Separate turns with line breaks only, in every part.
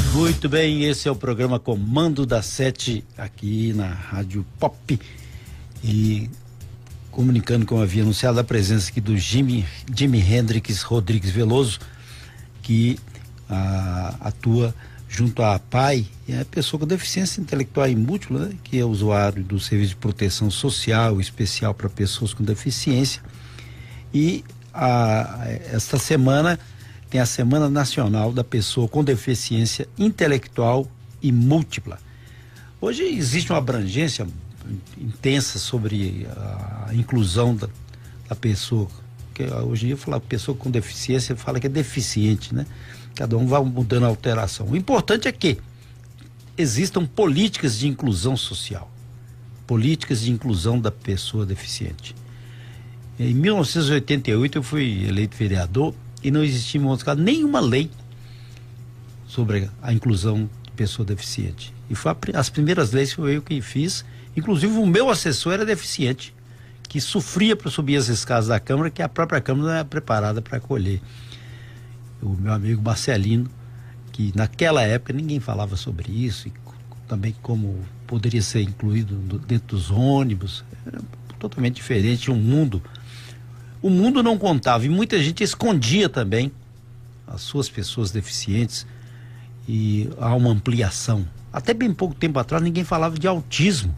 Muito bem, esse é o programa Comando da Sete, aqui na Rádio Pop, e comunicando, como havia anunciado, a presença aqui do Jimi Hendrix Rodrigues Veloso, que atua junto à PAI, é pessoa com deficiência intelectual e múltipla, né, que é usuário do Serviço de Proteção Social especial para pessoas com deficiência. E esta semana tem a Semana Nacional da Pessoa com Deficiência Intelectual e Múltipla. Hoje existe uma abrangência intensa sobre a inclusão da pessoa, que hoje em dia falar pessoa com deficiência, fala que é deficiente, né? Cada um vai mudando a alteração. O importante é que existam políticas de inclusão social, políticas de inclusão da pessoa deficiente. Em 1988 eu fui eleito vereador e não existia, em outros casos, nenhuma lei sobre a inclusão de pessoa deficiente. E foi as primeiras leis foi eu que fiz. Inclusive o meu assessor era deficiente, que sofria para subir as escadas da Câmara, que a própria Câmara não era preparada para acolher. O meu amigo Marcelino, que naquela época ninguém falava sobre isso, e também como poderia ser incluído dentro dos ônibus, era totalmente diferente, o mundo não contava, e muita gente escondia também as suas pessoas deficientes, e há uma ampliação. Até bem pouco tempo atrás ninguém falava de autismo,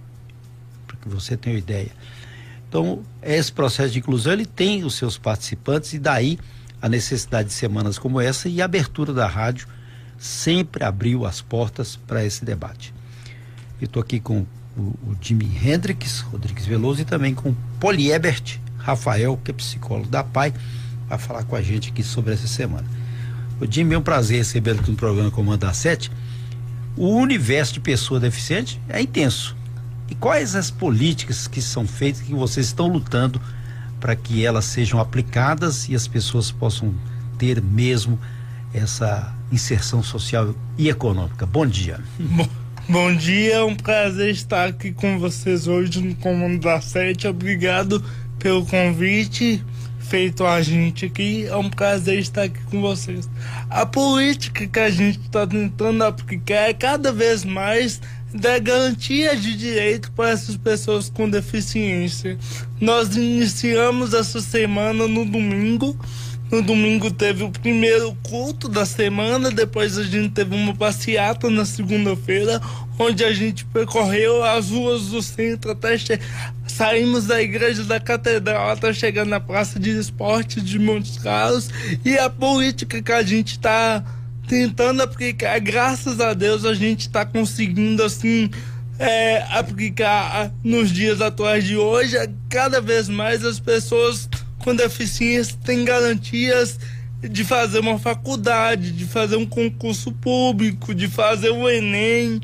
para que você tenha uma ideia. Então, esse processo de inclusão, ele tem os seus participantes, e daí a necessidade de semanas como essa, e a abertura da rádio sempre abriu as portas para esse debate. Eu estou aqui com o Jimi Hendrix Rodrigues Veloso e também com Poliebert Rafael, que é psicólogo da PAI, vai falar com a gente aqui sobre essa semana. O Jimi, é um prazer recebê-lo aqui no programa Comando da Sete. O universo de pessoa deficiente é intenso. E quais as políticas que são feitas, que vocês estão lutando para que elas sejam aplicadas e as pessoas possam ter mesmo essa inserção social e econômica? Bom dia.
Bom dia, é um prazer estar aqui com vocês hoje no Comando da Sete. Obrigado pelo convite feito a gente aqui. É um prazer estar aqui com vocês. A política que a gente está tentando aplicar é cada vez mais da garantia de direito para essas pessoas com deficiência. Nós iniciamos essa semana no domingo. No domingo teve o primeiro culto da semana, depois a gente teve uma passeata na segunda-feira, onde a gente percorreu as ruas do centro até saímos da igreja da catedral até chegar na praça de esportes de Montes Claros. E a política que a gente está tentando aplicar, graças a Deus a gente está conseguindo assim aplicar nos dias atuais de hoje. Cada vez mais as pessoas com deficiência têm garantias de fazer uma faculdade, de fazer um concurso público, de fazer o Enem,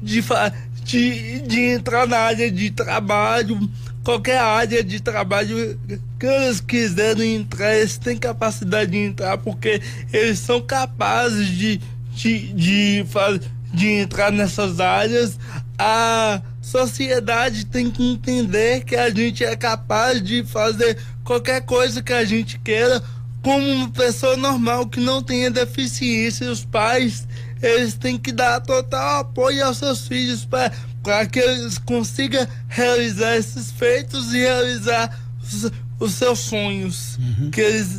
de entrar na área de trabalho, qualquer área de trabalho que eles quiserem entrar, eles têm capacidade de entrar, porque eles são capazes de entrar nessas áreas. A sociedade tem que entender que a gente é capaz de fazer qualquer coisa que a gente queira como uma pessoa normal que não tenha deficiência. Os pais, eles têm que dar total apoio aos seus filhos para que eles consigam realizar esses feitos e realizar os seus sonhos, que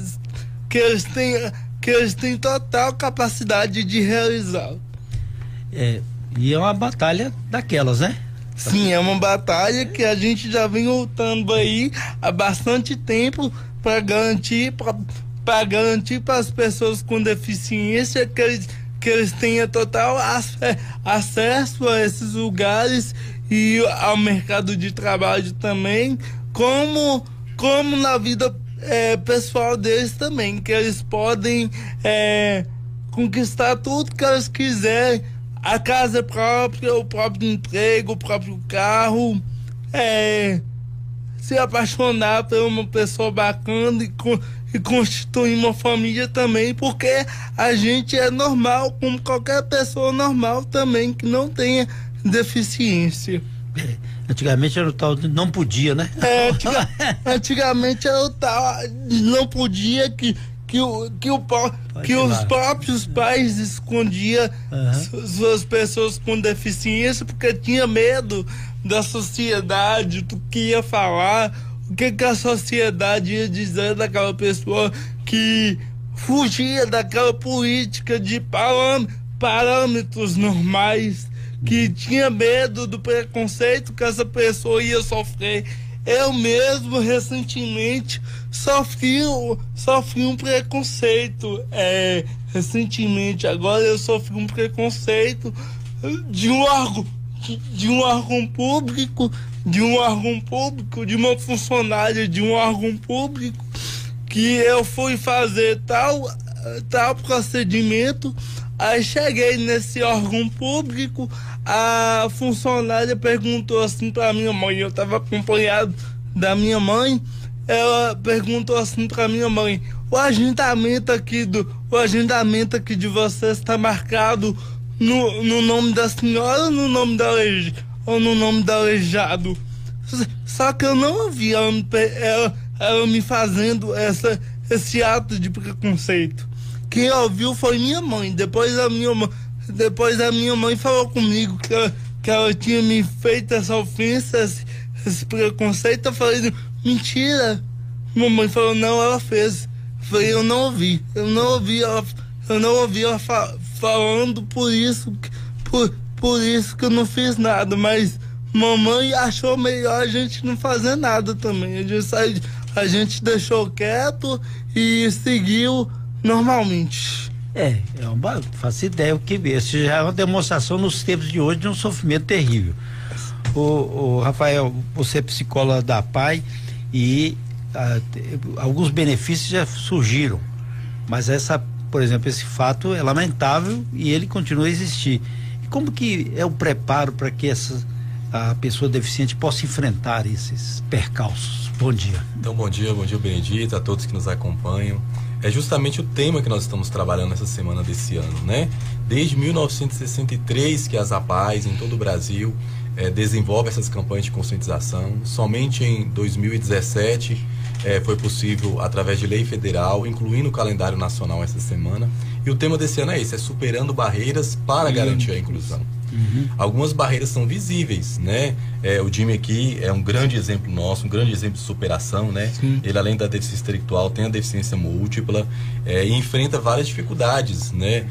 eles têm total capacidade de realizar.
E é uma batalha daquelas, né?
Sim, é uma batalha que a gente já vem lutando aí há bastante tempo para garantir para as pessoas com deficiência que eles tenham total acesso a esses lugares e ao mercado de trabalho também, como na vida pessoal deles também, que eles podem conquistar tudo que eles quiserem, a casa própria, o próprio emprego, o próprio carro, se apaixonar por uma pessoa bacana e constituir uma família também, porque a gente é normal, como qualquer pessoa normal também, que não tenha deficiência.
Antigamente era o tal de não podia, né?
Antigamente era o tal, não podia, que os próprios pais escondiam suas pessoas com deficiência porque tinha medo da sociedade, do que ia falar, o que a sociedade ia dizer daquela pessoa que fugia daquela política de parâmetros normais, que tinha medo do preconceito que essa pessoa ia sofrer. Eu mesmo recentemente sofri um preconceito. Recentemente, agora eu sofri um preconceito de um órgão público, de uma funcionária de um órgão público, que eu fui fazer tal procedimento. Aí cheguei nesse órgão público, a funcionária perguntou assim pra minha mãe, eu estava acompanhado da minha mãe, ela perguntou assim pra minha mãe: o agendamento aqui de vocês está marcado no nome da senhora ou no nome do aleijado? Só que eu não ouvi ela me fazendo esse ato de preconceito. Quem ouviu foi minha mãe. Depois a minha mãe falou comigo que ela tinha me feito essa ofensa, esse preconceito. Eu falei: mentira. Mamãe falou: não, ela fez. Eu falei: eu não ouvi ela falando, por isso que eu não fiz nada. Mas mamãe achou melhor a gente não fazer nada também. A gente deixou quieto e seguiu normalmente.
Eu faço ideia o que isso já é uma demonstração nos tempos de hoje de um sofrimento terrível. O Rafael, você é psicóloga da APAE e alguns benefícios já surgiram, mas por exemplo, esse fato é lamentável e ele continua a existir. E como que é o preparo para que a pessoa deficiente possa enfrentar esses percalços? Bom dia.
Então, bom dia, Benedito, a todos que nos acompanham. É justamente o tema que nós estamos trabalhando nessa semana desse ano, né? Desde 1963 que as APAES em todo o Brasil desenvolvem essas campanhas de conscientização. Somente em 2017 foi possível, através de lei federal, incluindo o calendário nacional essa semana. E o tema desse ano é esse: é superando barreiras para garantir a inclusão. Algumas barreiras são visíveis, né? O Jimmy aqui é um grande exemplo nosso, um grande exemplo de superação, né?
Sim.
Ele, além da deficiência intelectual, tem a deficiência múltipla e enfrenta várias dificuldades, né?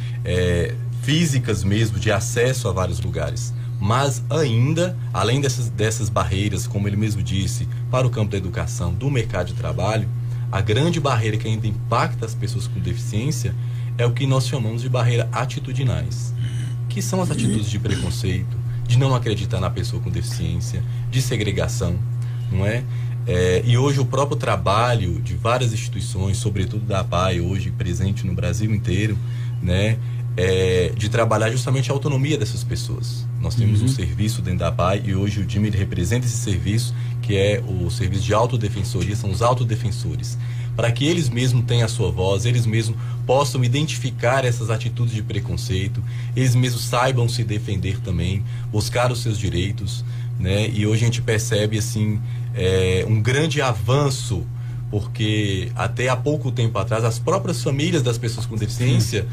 Físicas mesmo, de acesso a vários lugares. Mas ainda, além dessas barreiras, como ele mesmo disse, para o campo da educação, do mercado de trabalho, a grande barreira que ainda impacta as pessoas com deficiência é o que nós chamamos de barreiras atitudinais, que são as atitudes de preconceito, de não acreditar na pessoa com deficiência, de segregação, não é? E hoje o próprio trabalho de várias instituições, sobretudo da APAE, hoje presente no Brasil inteiro, né? De trabalhar justamente a autonomia dessas pessoas. Nós temos um serviço dentro da APAE e hoje o Jimmy representa esse serviço, que é o serviço de autodefensoria, são os autodefensores, para que eles mesmos tenham a sua voz, eles mesmos possam identificar essas atitudes de preconceito, eles mesmos saibam se defender também, buscar os seus direitos, né? E hoje a gente percebe assim um grande avanço, porque até há pouco tempo atrás as próprias famílias das pessoas com deficiência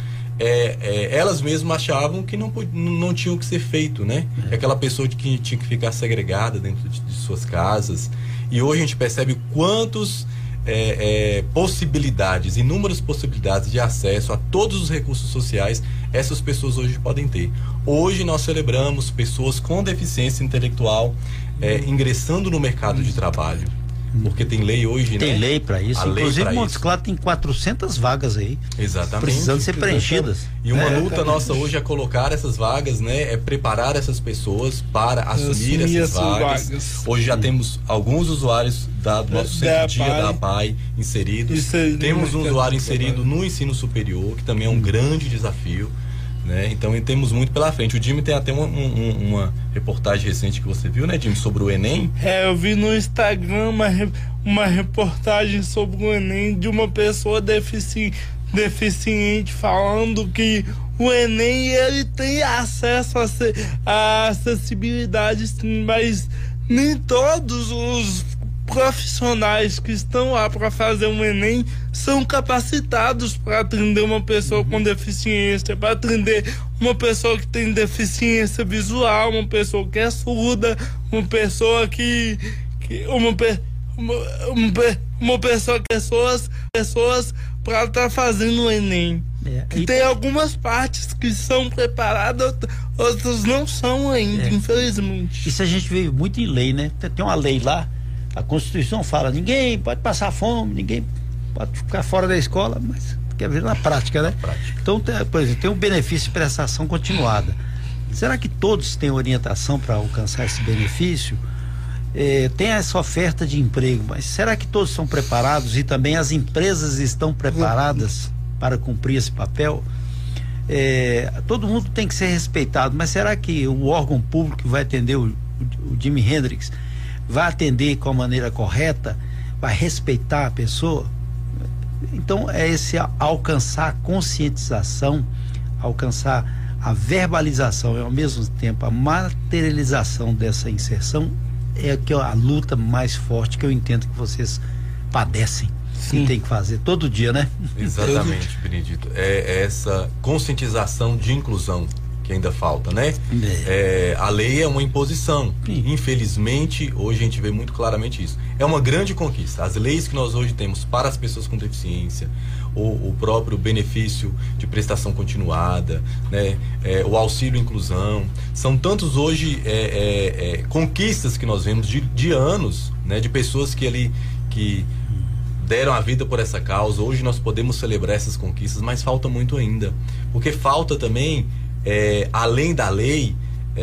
elas mesmas achavam que não tinham que ser feito, né? Aquela pessoa que tinha que ficar segregada dentro de suas casas. E hoje a gente percebe quantos possibilidades, inúmeras possibilidades de acesso a todos os recursos sociais essas pessoas hoje podem ter. Hoje nós celebramos pessoas com deficiência intelectual ingressando no mercado de trabalho, porque tem lei hoje,
tem,
né?
Lei para isso. Inclusive Montes Claros tem 400 vagas aí.
Exatamente.
Precisando ser preenchidas.
E uma luta nossa hoje é colocar essas vagas, né? É preparar essas pessoas para assumir essas vagas. Hoje já temos alguns usuários do nosso centro-dia da APAE inseridos. Temos um usuário inserido no ensino superior, que também é um grande desafio, né? Então temos muito pela frente. O Jimmy tem até uma reportagem recente que você viu, né, Jimmy, sobre o Enem.
Eu vi no Instagram uma reportagem sobre o Enem de uma pessoa deficiente falando que o Enem ele tem acesso a acessibilidade, sim, mas nem todos os profissionais que estão lá para fazer um Enem são capacitados para atender uma pessoa com deficiência, para atender uma pessoa que tem deficiência visual, uma pessoa que é surda, uma pessoa pessoas para estar fazendo o Enem. E tem algumas partes que são preparadas, outras não são ainda, infelizmente.
Isso a gente vê muito em lei, né? Tem uma lei lá, a Constituição fala, ninguém pode passar fome, ninguém pode ficar fora da escola, mas quer ver na prática, né? Então, por exemplo, tem um benefício de prestação continuada. Será que todos têm orientação para alcançar esse benefício? Tem essa oferta de emprego, mas será que todos estão preparados e também as empresas estão preparadas para cumprir esse papel? Todo mundo tem que ser respeitado, mas será que o órgão público que vai atender o Jimi Hendrix vai atender com a maneira correta, vai respeitar a pessoa? Então é esse alcançar a conscientização, alcançar a verbalização e ao mesmo tempo a materialização dessa inserção é a luta mais forte que eu entendo que vocês padecem. Sim. E tem que fazer todo dia, né?
Exatamente, Benedito. É essa conscientização de inclusão que ainda falta, né? A lei é uma imposição. Sim. Infelizmente, hoje a gente vê muito claramente isso. É uma grande conquista. As leis que nós hoje temos para as pessoas com deficiência, o próprio benefício de prestação continuada, né? O auxílio inclusão, são tantos hoje conquistas que nós vemos de anos, né? De pessoas que deram a vida por essa causa. Hoje nós podemos celebrar essas conquistas, mas falta muito ainda, porque falta também, além da lei,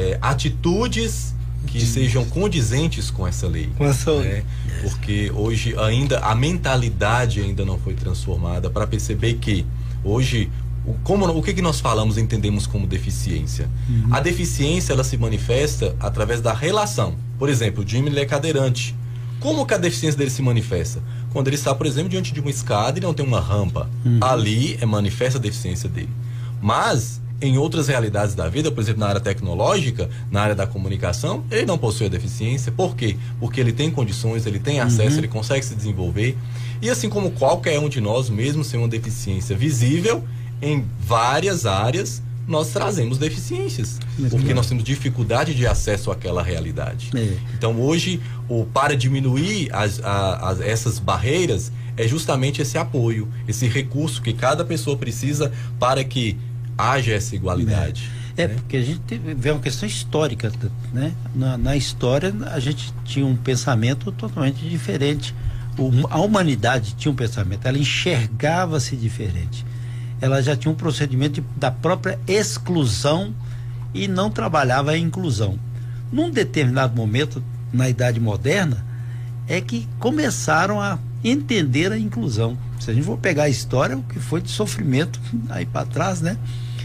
atitudes que sejam condizentes com essa lei, né? Porque hoje ainda a mentalidade ainda não foi transformada para perceber que hoje o que nós falamos, entendemos como deficiência. A deficiência, ela se manifesta através da relação. Por exemplo, o Jimmy, ele é cadeirante. Como que a deficiência dele se manifesta? Quando ele está, por exemplo, diante de uma escada e não tem uma rampa. Ali manifesta a deficiência dele. Mas em outras realidades da vida, por exemplo, na área tecnológica, na área da comunicação, ele não possui a deficiência. Por quê? Porque ele tem condições, ele tem acesso, ele consegue se desenvolver. E assim como qualquer um de nós, mesmo sem uma deficiência visível, em várias áreas, nós trazemos deficiências, porque nós temos dificuldade de acesso àquela realidade. Então hoje, para diminuir essas barreiras, é justamente esse apoio, esse recurso que cada pessoa precisa para que haja essa igualdade.
Porque a gente vê uma questão histórica, né? Na história a gente tinha um pensamento totalmente diferente. A humanidade tinha um pensamento, ela enxergava-se diferente. Ela já tinha um procedimento da própria exclusão e não trabalhava a inclusão. Num determinado momento, na Idade Moderna, é que começaram a entender a inclusão. Se a gente for pegar a história, o que foi de sofrimento aí para trás, né?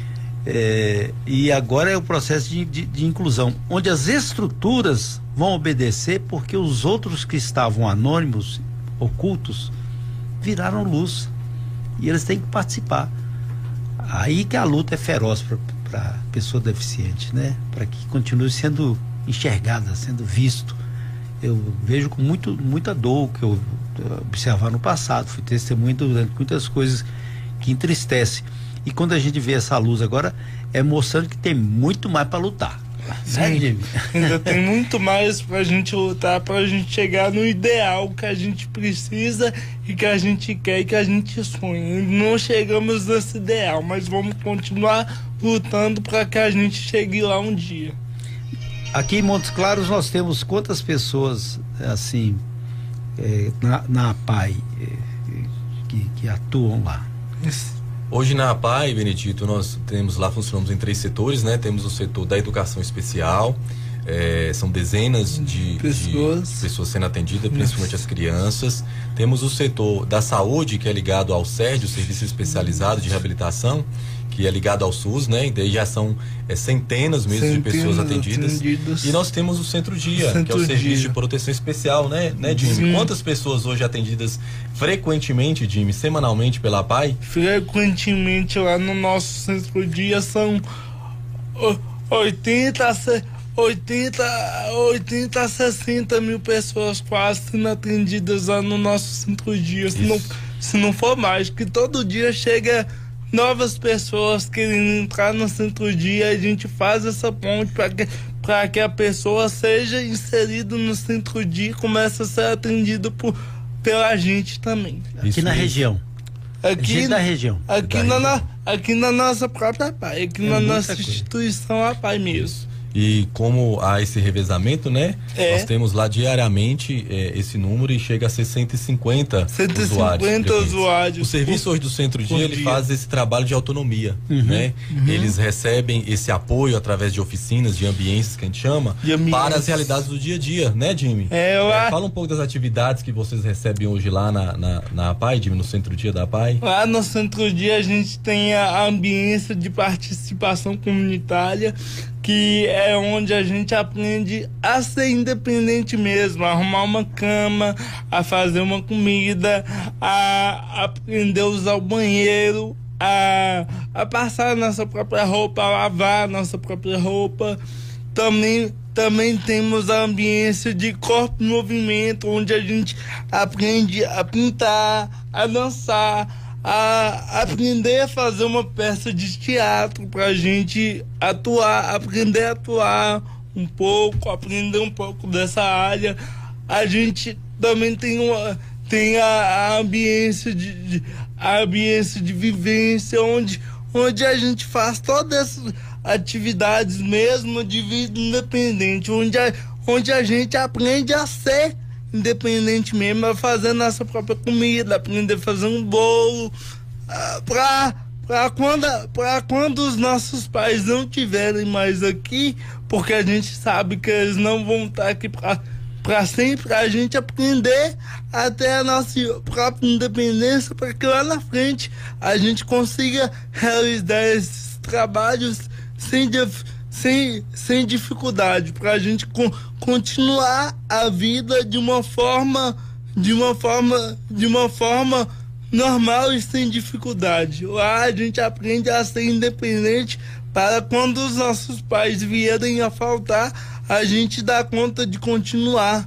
E agora é o processo de inclusão, onde as estruturas vão obedecer porque os outros que estavam anônimos, ocultos, viraram luz e eles têm que participar. Aí que a luta é feroz para pessoa deficiente, né? Para que continue sendo enxergada, sendo visto. Eu vejo com muita dor o que eu observava no passado, fui testemunha durante muitas coisas que entristecem. E quando a gente vê essa luz agora, é mostrando que tem muito mais para lutar.
Sim, ainda tem muito mais pra gente lutar, pra gente chegar no ideal que a gente precisa e que a gente quer e que a gente sonha. Não chegamos nesse ideal, mas vamos continuar lutando para que a gente chegue lá um dia.
Aqui em Montes Claros nós temos quantas pessoas assim na APAI que atuam lá?
Hoje na APAI, Benedito, nós temos lá, funcionamos em 3 setores, né? Temos o setor da educação especial, são dezenas de pessoas sendo atendidas, principalmente as crianças. Temos o setor da saúde, que é ligado ao SERD, o Serviço Especializado de Reabilitação, que é ligado ao SUS, né? E daí já são centenas mesmo de pessoas atendidas. E nós temos o Centro-Dia, que é o Serviço de Proteção Especial, né, Jimmy? Sim. Quantas pessoas hoje atendidas frequentemente, Jimmy, semanalmente pela APAI?
Frequentemente lá no nosso Centro-Dia são 80 80 a 60 mil pessoas quase sendo atendidas lá no nosso centro dia, se não for mais, que todo dia chega novas pessoas querendo entrar no centro dia, a gente faz essa ponte para que a pessoa seja inserida no centro dia e comece a ser atendida pela gente também.
Aqui na região.
Aqui
da região.
Aqui na nossa própria PAI, aqui na nossa instituição, a PAI mesmo.
E como há esse revezamento, né? Nós temos lá diariamente esse número e chega a ser 150 usuários. O serviço hoje do Centro-Dia, ele faz esse trabalho de autonomia, né? Eles recebem esse apoio através de oficinas, de ambientes, que a gente chama, para as realidades do dia a dia, né, Jimmy? Fala um pouco das atividades que vocês recebem hoje lá na APAI, Jimmy, no Centro-Dia da APAI.
Lá no Centro-Dia a gente tem a ambiência de participação comunitária, que é onde a gente aprende a ser independente mesmo, a arrumar uma cama, a fazer uma comida, a aprender a usar o banheiro, a passar a nossa própria roupa, a lavar a nossa própria roupa. Também temos a ambiência de corpo em movimento, onde a gente aprende a pintar, a dançar, a aprender a fazer uma peça de teatro pra gente aprender a atuar um pouco, aprender um pouco dessa área. A gente também tem a ambiência de vivência, onde a gente faz todas essas atividades mesmo de vida independente, onde a gente aprende a ser independente mesmo, a fazer nossa própria comida, aprender a fazer um bolo, para quando os nossos pais não estiverem mais aqui, porque a gente sabe que eles não vão estar aqui para sempre, a gente aprender até a nossa própria independência, para que lá na frente a gente consiga realizar esses trabalhos sem dificuldade, para a gente continuar a vida de uma forma normal e sem dificuldade. Lá a gente aprende a ser independente, para quando os nossos pais vierem a faltar, a gente dá conta de continuar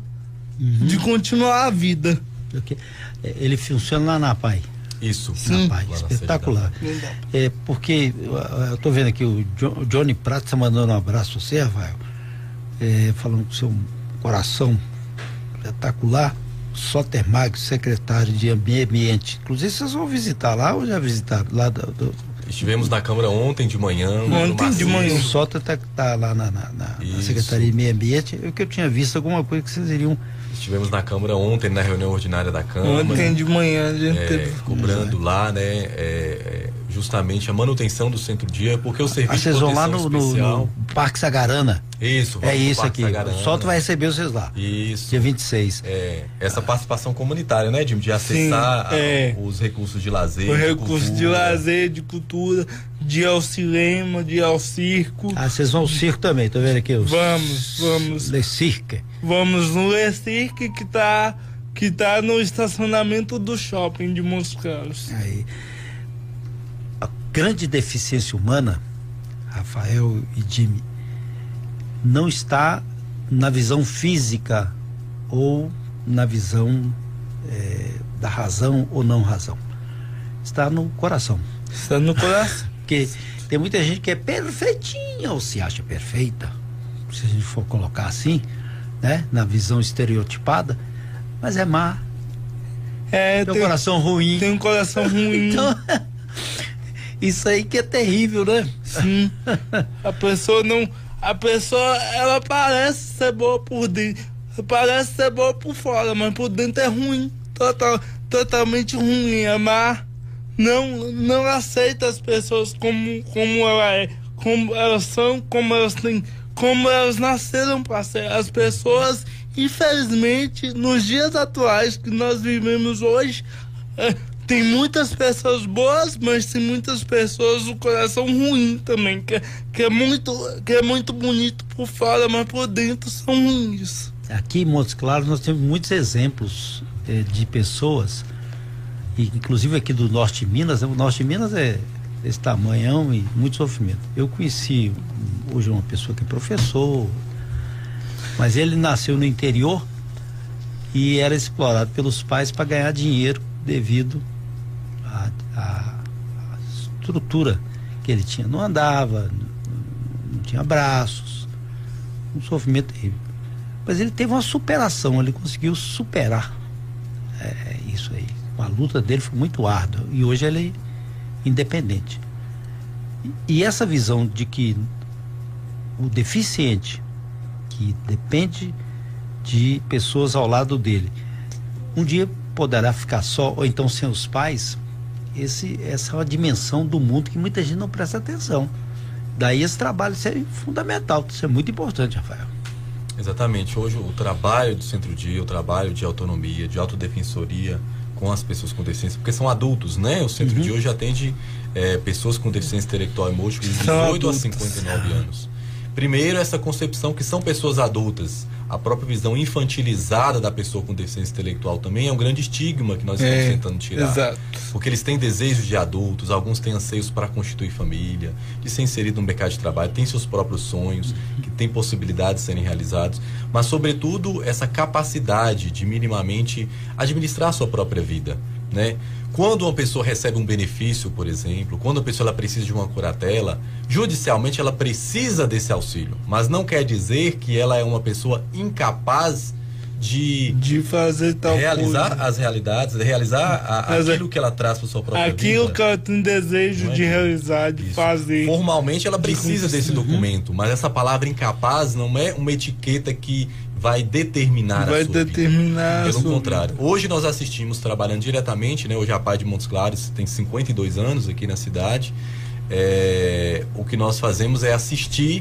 a vida.
Okay. Ele funciona lá na PAI.
Isso.
Na PAI. Espetacular. Porque eu tô vendo aqui o Johnny Prato está mandando um abraço a você, Rafael, falando com seu coração espetacular. Soter Magno, secretário de Ambiente. Inclusive, vocês vão visitar lá ou já visitaram? Lá
Estivemos na Câmara ontem de manhã.
O Soter tá lá na Secretaria de Meio Ambiente. Eu que eu tinha visto alguma coisa que vocês iriam.
Estivemos na Câmara ontem, na reunião ordinária da Câmara.
Ontem de manhã, a gente teve.
Cobrando lá, né? Justamente a manutenção do Centro-Dia, porque o serviço
vocês
de
vão lá
especial...
no Parque Sagarana.
Isso,
é isso aqui.
Sagarana.
O Soto vai receber vocês lá.
Isso.
Dia 26.
Essa participação comunitária, né, Jim? De acessar os recursos de lazer.
Os recursos de lazer, de cultura, de ir ao cinema, de ir ao circo.
Vocês vão ao circo também, tô vendo aqui?
Vamos.
Le Cirque.
Vamos no Le Cirque, que tá no estacionamento do shopping de Montes Claros.
Aí. A grande deficiência humana, Rafael e Jimmy, não está na visão física ou na visão da razão ou não razão. Está no coração.
Está no coração.
Porque tem muita gente que é perfeitinha ou se acha perfeita, se a gente for colocar assim, né? Na visão estereotipada, mas é má. Tem um coração ruim.
Tem um coração ruim.
Então, isso aí que é terrível, né?
Sim. A pessoa, ela parece ser boa por dentro, parece ser boa por fora, mas por dentro é ruim, totalmente ruim. Amar, não aceita as pessoas como ela é, como elas são, como elas nasceram para ser. As pessoas, infelizmente, nos dias atuais que nós vivemos hoje, tem muitas pessoas boas, mas tem muitas pessoas do coração ruim também, que é muito bonito por fora, mas por dentro são ruins.
Aqui em Montes Claros nós temos muitos exemplos de pessoas, e inclusive aqui do Norte de Minas. O Norte de Minas é desse tamanhão e muito sofrimento. Eu conheci hoje uma pessoa que é professor, Mas ele nasceu no interior e era explorado pelos pais para ganhar dinheiro devido à estrutura que ele tinha. Não andava, não tinha braços, um sofrimento terrível. Mas ele teve uma superação, ele conseguiu superar isso aí. A luta dele foi muito árdua e hoje ele é independente. E essa visão de que o deficiente, que depende de pessoas ao lado dele, um dia poderá ficar só ou então sem os pais, essa é uma dimensão do mundo que muita gente não presta atenção. Daí esse trabalho ser fundamental, isso é muito importante, Rafael.
Exatamente. Hoje o trabalho do Centro-Dia, o trabalho de autonomia, de autodefensoria com as pessoas com deficiência, porque são adultos, né? O Centro-Dia hoje atende pessoas com deficiência intelectual e múltipla de 18 a 59 anos. Primeiro, essa concepção que são pessoas adultas. A própria visão infantilizada da pessoa com deficiência intelectual também é um grande estigma que nós estamos tentando tirar.
Exato.
Porque eles têm desejos de adultos, alguns têm anseios para constituir família, de ser inserido no mercado de trabalho, têm seus próprios sonhos, que têm possibilidade de serem realizados, mas sobretudo essa capacidade de minimamente administrar a sua própria vida, né? Quando uma pessoa recebe um benefício, por exemplo, quando a pessoa ela precisa de uma curatela, judicialmente ela precisa desse auxílio, mas não quer dizer que ela é uma pessoa incapaz de
fazer tal
realizar
coisa.
As realidades, realizar aquilo que ela traz para sua própria vida.
Aquilo que ela tem desejo de realizar, de fazer.
Formalmente ela precisa desse documento, mas essa palavra incapaz não é uma etiqueta que vai determinar a sua vida. Pelo contrário. Hoje nós assistimos, trabalhando diretamente, né? Hoje a PAI de Montes Claros tem 52 anos aqui na cidade. O que nós fazemos é assistir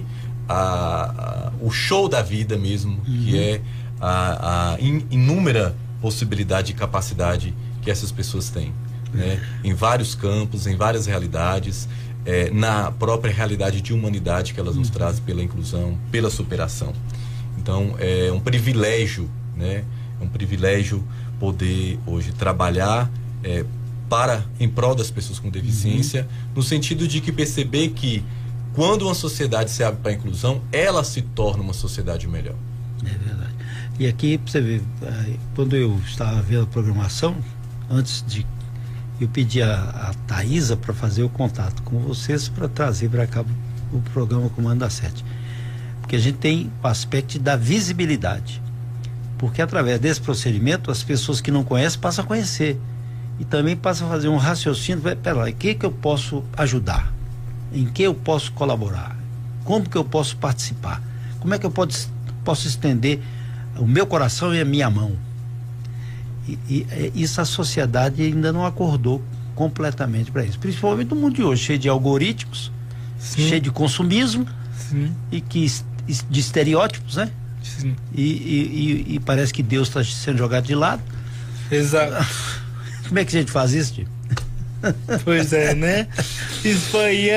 o show da vida mesmo, que é a inúmera possibilidade e capacidade que essas pessoas têm, né? Em vários campos, em várias realidades, na própria realidade de humanidade que elas nos trazem pela inclusão, pela superação. Então é um privilégio, né? É um privilégio poder hoje trabalhar em prol das pessoas com deficiência, no sentido de que perceber que quando uma sociedade se abre para a inclusão, ela se torna uma sociedade melhor.
É verdade. E aqui, pra você ver, quando eu estava vendo a programação, eu pedi a Thaisa para fazer o contato com vocês para trazer para cá o programa Comando da Sete. Porque a gente tem o aspecto da visibilidade. Porque através desse procedimento, as pessoas que não conhecem passam a conhecer. E também passam a fazer um raciocínio, pera lá, em que eu posso ajudar? Em que eu posso colaborar? Como que eu posso participar? Como é que eu posso estender o meu coração e a minha mão? E isso a sociedade ainda não acordou completamente para isso. Principalmente no mundo de hoje, cheio de algoritmos, cheio de consumismo, e de estereótipos, né?
Sim.
E parece que Deus está sendo jogado de lado.
Exato.
Como é que a gente faz isso, tio?
Pois é, né? Isso aí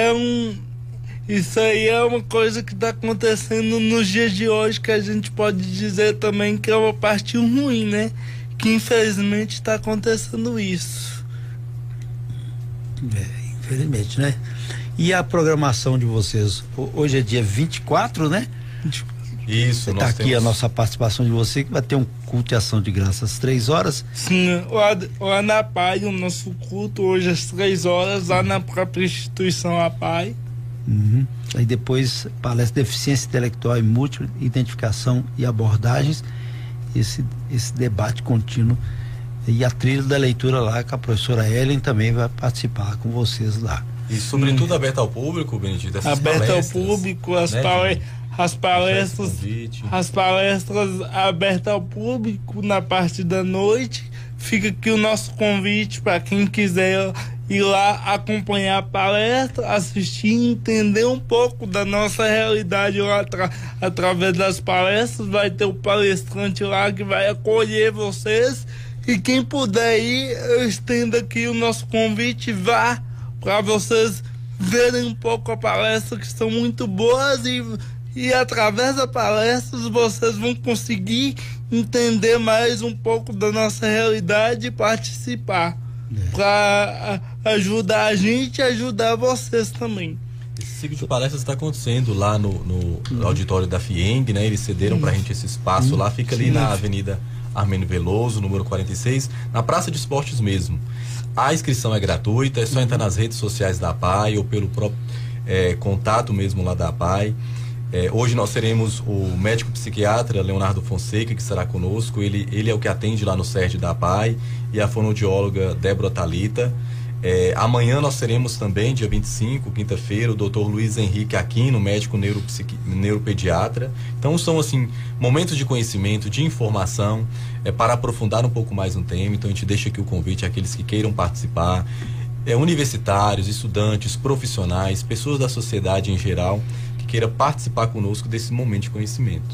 é uma coisa que está acontecendo nos dias de hoje, que a gente pode dizer também que é uma parte ruim, né? Que infelizmente está acontecendo isso.
Infelizmente, né? E a programação de vocês? Hoje é dia 24, né?
Isso,
está aqui a nossa participação de você, que vai ter um culto de ação de graça às 3 horas.
Sim, lá na PAI, o nosso culto hoje às 3 horas, lá na própria instituição a PAI.
Aí depois palestra de deficiência intelectual e múltipla, identificação e abordagens, esse debate contínuo e a trilha da leitura lá, que a professora Ellen também vai participar com vocês lá.
E sobretudo aberta ao público, Benedito, essas
aberta ao público, as palestras abertas ao público na parte da noite. Fica aqui o nosso convite para quem quiser ir lá acompanhar a palestra, assistir, entender um pouco da nossa realidade lá através das palestras. Vai ter o palestrante lá que vai acolher vocês, e quem puder ir, eu estendo aqui o nosso convite, vá, para vocês verem um pouco a palestra, que são muito boas, e através da palestra vocês vão conseguir entender mais um pouco da nossa realidade e participar, para ajudar a gente e ajudar vocês também.
Esse ciclo de palestras está acontecendo lá no auditório da FIENG, né? Eles cederam pra gente esse espaço lá, fica ali na Avenida Armênio Veloso, número 46, na Praça de Esportes mesmo. A inscrição é gratuita, é só entrar nas redes sociais da APAI ou pelo próprio contato mesmo lá da APAI. Hoje nós teremos o médico psiquiatra Leonardo Fonseca, que estará conosco. Ele é o que atende lá no SERD da APAI, e a fonoaudióloga Débora Thalita. Amanhã nós teremos também, dia 25, quinta-feira, o Dr. Luiz Henrique Aquino, médico neuropediatra. Então são assim momentos de conhecimento, de informação, para aprofundar um pouco mais no tema. Então a gente deixa aqui o convite àqueles que queiram participar, universitários, estudantes, profissionais, pessoas da sociedade em geral, que queira participar conosco desse momento de conhecimento.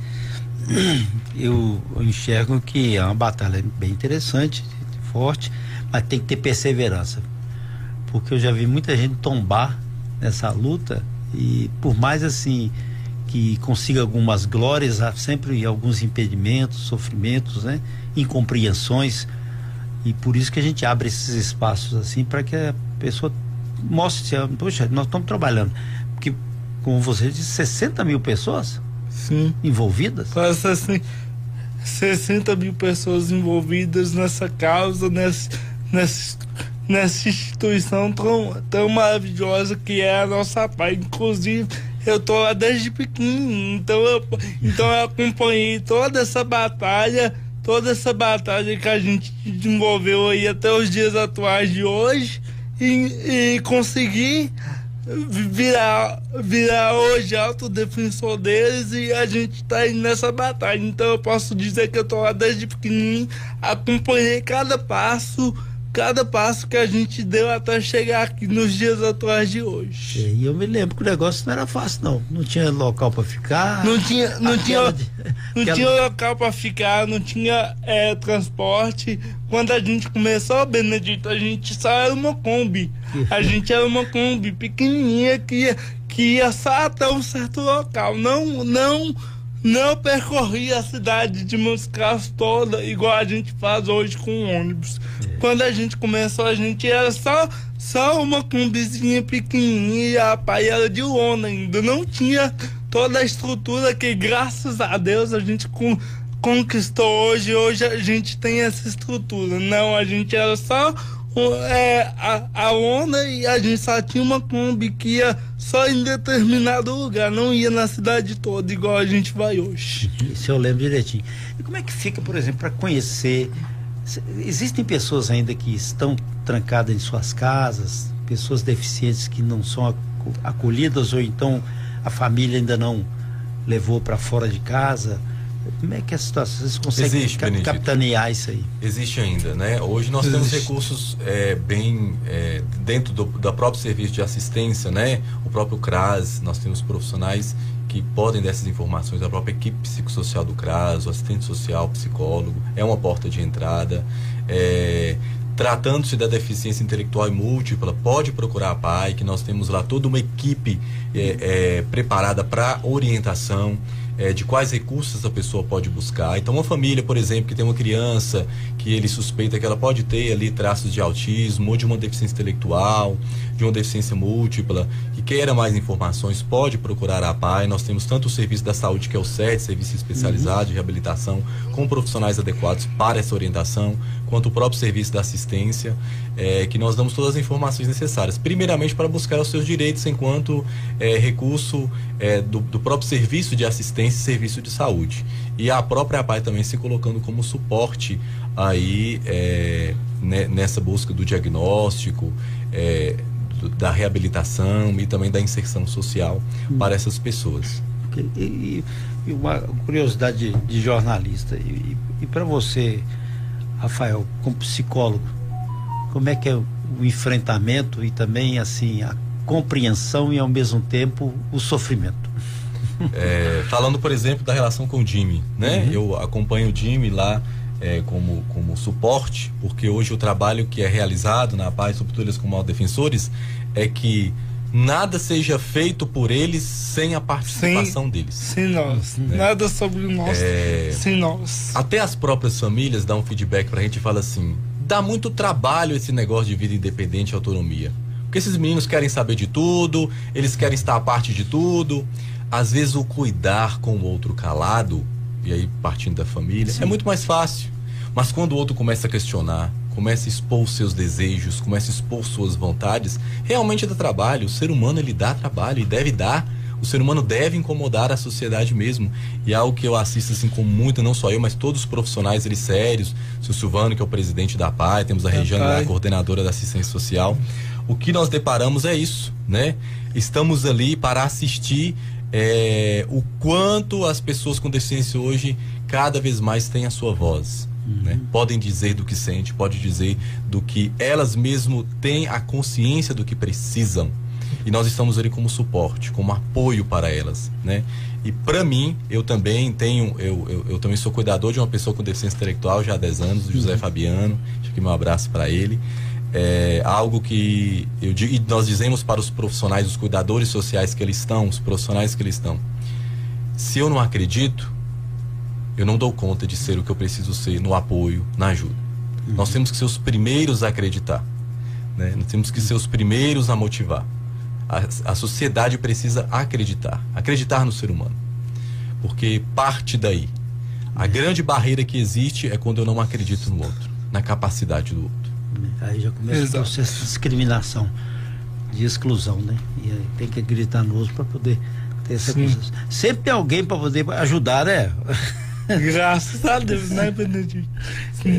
Eu enxergo que é uma batalha bem interessante, forte, mas tem que ter perseverança, porque eu já vi muita gente tombar nessa luta, e por mais assim que consiga algumas glórias, há sempre alguns impedimentos, sofrimentos, né, incompreensões, e por isso que a gente abre esses espaços assim, para que a pessoa mostre, poxa, nós estamos trabalhando, porque como você disse, 60 mil pessoas envolvidas,
quase assim 60 mil pessoas envolvidas nessa causa, nessa instituição tão maravilhosa que é a nossa APAI. Inclusive, eu tô lá desde pequeno, então eu acompanhei toda essa batalha que a gente desenvolveu aí até os dias atuais de hoje, e consegui virar hoje autodefensor deles, e a gente tá aí nessa batalha. Então eu posso dizer que eu tô lá desde pequenininho, acompanhei cada passo que a gente deu até chegar aqui nos dias atuais de hoje.
E eu me lembro que o negócio não era fácil, não tinha local para ficar,
não tinha local para ficar, não tinha transporte. Quando a gente começou, Benedito, a gente só era uma Kombi. A gente era uma Kombi pequenininha que ia só até um certo local. Não percorria a cidade de Montes Claros toda, igual a gente faz hoje com o ônibus. Quando a gente começou, a gente era só uma Kombizinha pequenininha, e a APAI era de lona ainda. Não tinha toda a estrutura que, graças a Deus, a gente conquistou hoje. Hoje a gente tem essa estrutura. Não, a gente era só a lona, e a gente só tinha uma Kombi que ia só em determinado lugar, não ia na cidade toda, igual a gente vai hoje.
Isso eu lembro direitinho. E como é que fica, por exemplo, para conhecer? Existem pessoas ainda que estão trancadas em suas casas, pessoas deficientes que não são acolhidas, ou então a família ainda não levou para fora de casa. Como é que é a situação? Vocês conseguem capitanear isso aí?
Existe ainda, né? Hoje nós temos recursos dentro do próprio serviço de assistência, né? O próprio CRAS, nós temos profissionais que podem dar essas informações, a própria equipe psicossocial do CRAS, o assistente social, o psicólogo, é uma porta de entrada. Tratando-se da deficiência intelectual e múltipla, pode procurar a APAI, que nós temos lá toda uma equipe preparada para orientação de quais recursos a pessoa pode buscar. Então, uma família, por exemplo, que tem uma criança que ele suspeita que ela pode ter ali traços de autismo ou de uma deficiência intelectual, de uma deficiência múltipla, que queira mais informações, pode procurar a APAI. Nós temos tanto o serviço da saúde, que é o SET, serviço especializado de reabilitação, com profissionais adequados para essa orientação, quanto o próprio serviço da assistência, que nós damos todas as informações necessárias, primeiramente para buscar os seus direitos enquanto recurso do próprio serviço de assistência e serviço de saúde. E a própria APAI também se colocando como suporte aí nessa busca do diagnóstico, da reabilitação e também da inserção social para essas pessoas.
E uma curiosidade de jornalista, e para você, Rafael, como psicólogo, como é que é o enfrentamento e também assim a compreensão e ao mesmo tempo o sofrimento?
Falando, por exemplo, da relação com o Jimmy, né? Eu acompanho o Jimmy lá como suporte, porque hoje o trabalho que é realizado na APAI, sobretudo eles como autodefensores, é que nada seja feito por eles sem a participação deles.
Sem nós. Né? Nada sobre nós sem nós.
Até as próprias famílias dão um feedback pra gente e falam assim: dá muito trabalho esse negócio de vida independente e autonomia. Porque esses meninos querem saber de tudo, eles querem estar a parte de tudo. Às vezes o cuidar com o outro calado, e aí partindo da família, é muito mais fácil. Mas quando o outro começa a questionar, começa a expor os seus desejos, começa a expor suas vontades, realmente dá trabalho. O ser humano, ele dá trabalho e deve dar. O ser humano deve incomodar a sociedade mesmo. E é algo que eu assisto assim com muita, não só eu, mas todos os profissionais eles sérios. O seu Silvano, que é o presidente da PAI, temos a Regiane, a coordenadora da assistência social. O que nós deparamos é isso, né? Estamos ali para assistir o quanto as pessoas com deficiência hoje cada vez mais têm a sua voz. Né? Podem dizer do que sente, podem dizer do que elas mesmo têm a consciência do que precisam, e nós estamos ali como suporte, como apoio para elas, né? E para mim, eu também tenho, eu também sou cuidador de uma pessoa com deficiência intelectual já há 10 anos, o José Fabiano. Deixa aqui meu abraço para ele. É algo que e nós dizemos para os profissionais, os cuidadores sociais que eles estão, os profissionais que eles estão: se eu não acredito, eu não dou conta de ser o que eu preciso ser no apoio, na ajuda. Nós temos que ser os primeiros a acreditar, né? Nós temos que ser os primeiros a motivar. A sociedade precisa acreditar no ser humano, porque parte daí. A grande barreira que existe é quando eu não acredito no outro, na capacidade do outro.
Aí já começa o processo de discriminação, de exclusão, né? E aí tem que acreditar no outro para poder ter essa coisa. Sempre tem alguém para poder ajudar, né?
Graças a Deus, né, Benedito? Se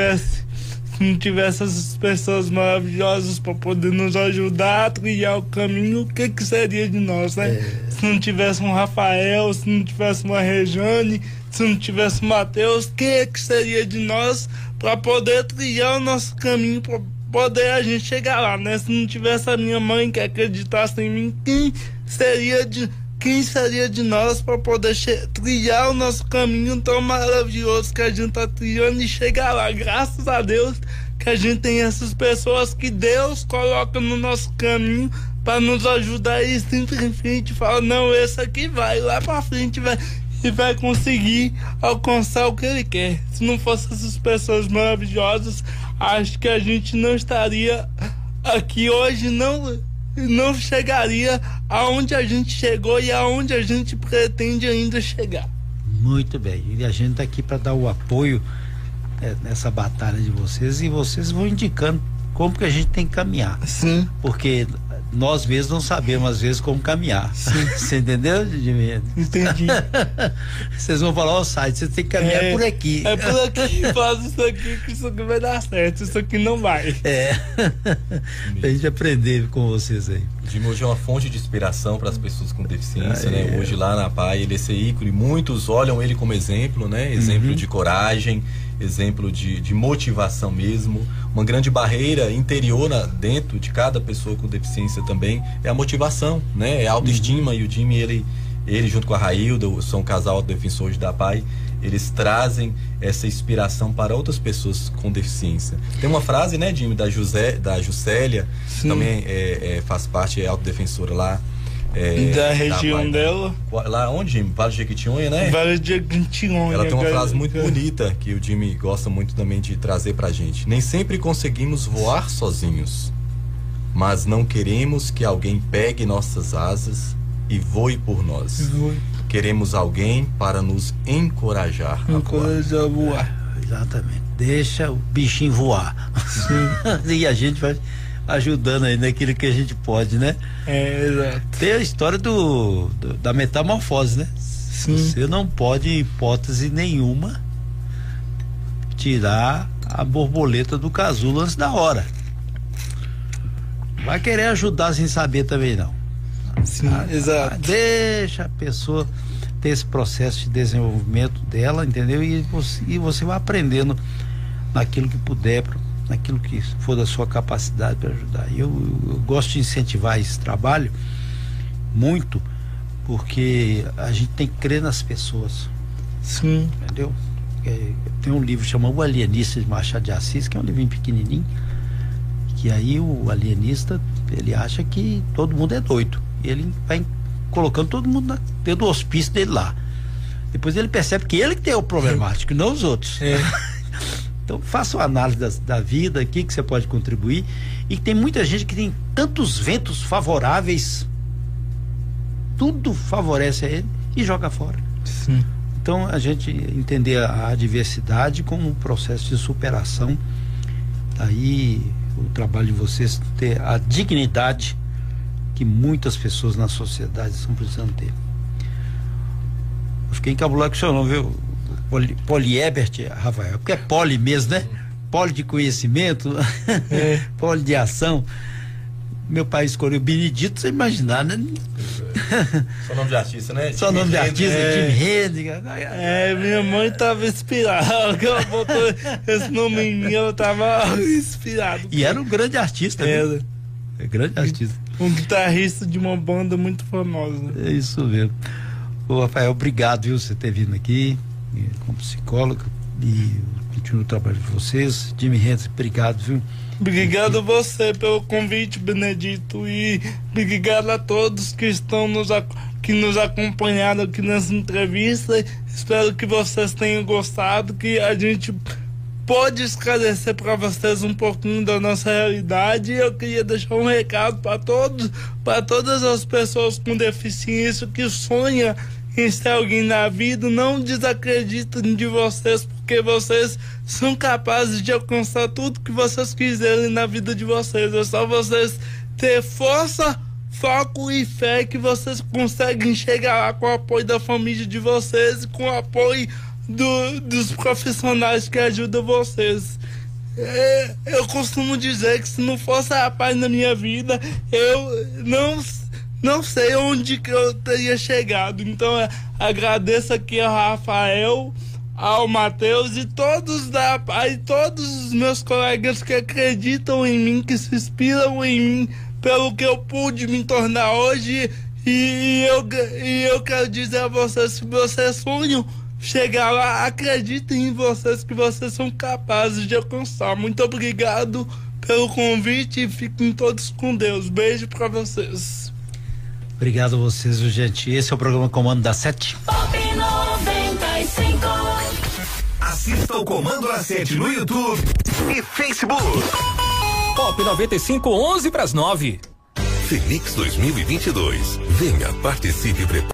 não tivesse essas pessoas maravilhosas para poder nos ajudar a trilhar o caminho, o que seria de nós, né? Se não tivesse um Rafael, se não tivesse uma Regiane, se não tivesse um Mateus, que seria de nós para poder trilhar o nosso caminho, para poder a gente chegar lá, né? Se não tivesse a minha mãe que acreditasse em mim, quem seria de nós para poder trilhar o nosso caminho tão maravilhoso que a gente está trilhando e chegar lá? Graças a Deus que a gente tem essas pessoas que Deus coloca no nosso caminho para nos ajudar e sempre em frente fala: não, esse aqui vai lá para frente, e vai conseguir alcançar o que ele quer. Se não fossem essas pessoas maravilhosas, acho que a gente não estaria aqui hoje, não chegaria aonde a gente chegou e aonde a gente pretende ainda chegar.
Muito bem, e a gente está aqui para dar o apoio nessa batalha de vocês, e vocês vão indicando como que a gente tem que caminhar.
Sim.
Porque nós mesmos não sabemos às vezes como caminhar. Sim. Você entendeu, Jimmy?
Entendi.
Vocês vão falar: ó, site, você tem que caminhar por aqui.
É por aqui, faz isso aqui, que isso aqui vai dar certo, isso aqui não vai.
Pra gente aprender com vocês aí.
Jimmy hoje é uma fonte de inspiração para as pessoas com deficiência, né? Hoje lá na PAI ele é esse ícone, muitos olham ele como exemplo, né? Exemplo de coragem, exemplo de motivação mesmo. Uma grande barreira interior dentro de cada pessoa com deficiência também é a motivação, né? É a autoestima. E o Jimmy, ele junto com a Railda, são um casal defensores da PAI, eles trazem essa inspiração para outras pessoas com deficiência. Tem uma frase, né, Jimmy, da Juscelia, que também faz parte, é autodefensora lá.
Da região dela.
Lá onde, Jimmy? Vale de Jequitinhonha, né?
Vale de Jequitinhonha.
Ela tem uma frase muito bonita que o Jimmy gosta muito também de trazer pra gente. Nem sempre conseguimos voar sozinhos, mas não queremos que alguém pegue nossas asas e voe por nós. Queremos alguém para nos encorajar
a voar.
Exatamente. Deixa o bichinho voar. E a gente vai ajudando aí naquilo que a gente pode, né?
Exato.
Tem a história da metamorfose, né?
Sim.
Você não pode, em hipótese nenhuma, tirar a borboleta do casulo antes da hora. Vai querer ajudar sem saber também, não.
Sim, exato.
Deixa a pessoa ter esse processo de desenvolvimento dela, entendeu? E você vai aprendendo naquilo que puder, naquilo que for da sua capacidade para ajudar. Eu gosto de incentivar esse trabalho muito, porque a gente tem que crer nas pessoas.
Sim.
Entendeu? Tem um livro chamado O Alienista, de Machado de Assis, que é um livrinho pequenininho, que aí o alienista, ele acha que todo mundo é doido. Ele vai colocando todo mundo dentro do hospício dele lá. Depois ele percebe que ele que tem o problemático, não os outros. Então faça uma análise da vida, aqui que você pode contribuir, E tem muita gente que tem tantos ventos favoráveis, tudo favorece a ele e joga fora.
Sim.
Então a gente entender a adversidade como um processo de superação, aí o trabalho de vocês ter a dignidade que muitas pessoas na sociedade estão precisando ter. Eu fiquei encabulado com o senhor não, viu? Poliebert, Rafael, porque é poli mesmo, né? Poli de conhecimento, poli de ação. Meu pai escolheu Benedito, você imaginar, né?
Só nome de artista, né?
Só nome de artista, Jimi Hendrix.
Minha mãe tava inspirada. Ela botou esse nome em mim, eu tava inspirado.
E era um grande artista,
Era.
É grande artista.
Um guitarrista de uma banda muito famosa.
É isso mesmo. Ô, Rafael, obrigado, viu, você ter vindo aqui como psicólogo e continuo o trabalho de vocês. Jimi Hendrix, obrigado, viu?
Obrigado a você pelo convite, Benedito, e obrigado a todos que estão que nos acompanharam aqui nessa entrevista. Espero que vocês tenham gostado, que a gente pode esclarecer para vocês um pouquinho da nossa realidade. Eu queria deixar um recado para todas as pessoas com deficiência que sonham em ser alguém na vida. Não desacreditem de vocês, porque vocês são capazes de alcançar tudo que vocês quiserem na vida de vocês. É só vocês ter força, foco e fé que vocês conseguem chegar lá com o apoio da família de vocês e com o apoio dos profissionais que ajudam vocês. Eu costumo dizer que se não fosse a paz na minha vida, eu não sei onde que eu teria chegado. Então agradeço aqui ao Rafael, ao Matheus e todos os meus colegas que acreditam em mim, que se inspiram em mim pelo que eu pude me tornar hoje. E eu quero dizer a vocês, se vocês sonham chegar lá, acreditem em vocês, que vocês são capazes de alcançar. Muito obrigado pelo convite e fiquem todos com Deus. Beijo pra vocês.
Obrigado a vocês, gente. Esse é o programa Comando da 7.
Pop 95.
Assista o Comando da 7 no YouTube e Facebook.
Pop 95, 11 para as 9.
Fenix 2022. Venha, participe e prepare.